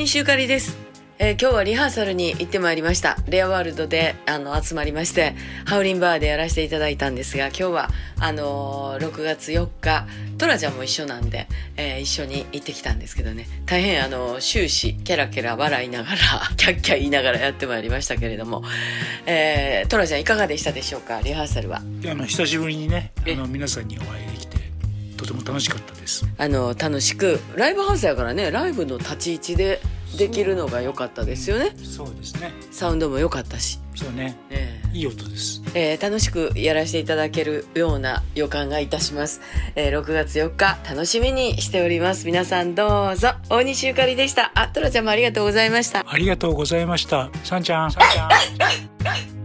西ゆかりです。今日はリハーサルに行ってまいりました。レアワールドで集まりまして、ハウリンバーでやらせていただいたんですが、今日は6月4日トラちゃんも一緒なんで、一緒に行ってきたんですけどね、大変終始ケラケラ笑いながらキャッキャ言いながらやってまいりましたけれども、トラちゃんいかがでしたでしょうか、リハーサルは。 久しぶりにね皆さんにお会いできてとても楽しかったです。 楽しく、ライブハウスやからね、ライブの立ち位置でできるのが良かったですよね。 そうですね。 サウンドも良かったし。 そうね、いい音です。 楽しくやらせていただけるような予感がいたします。6月4日楽しみにしております。皆さんどうぞ。大西ゆかりでした。トラちゃんもありがとうございました。 ありがとうございました。さんちゃん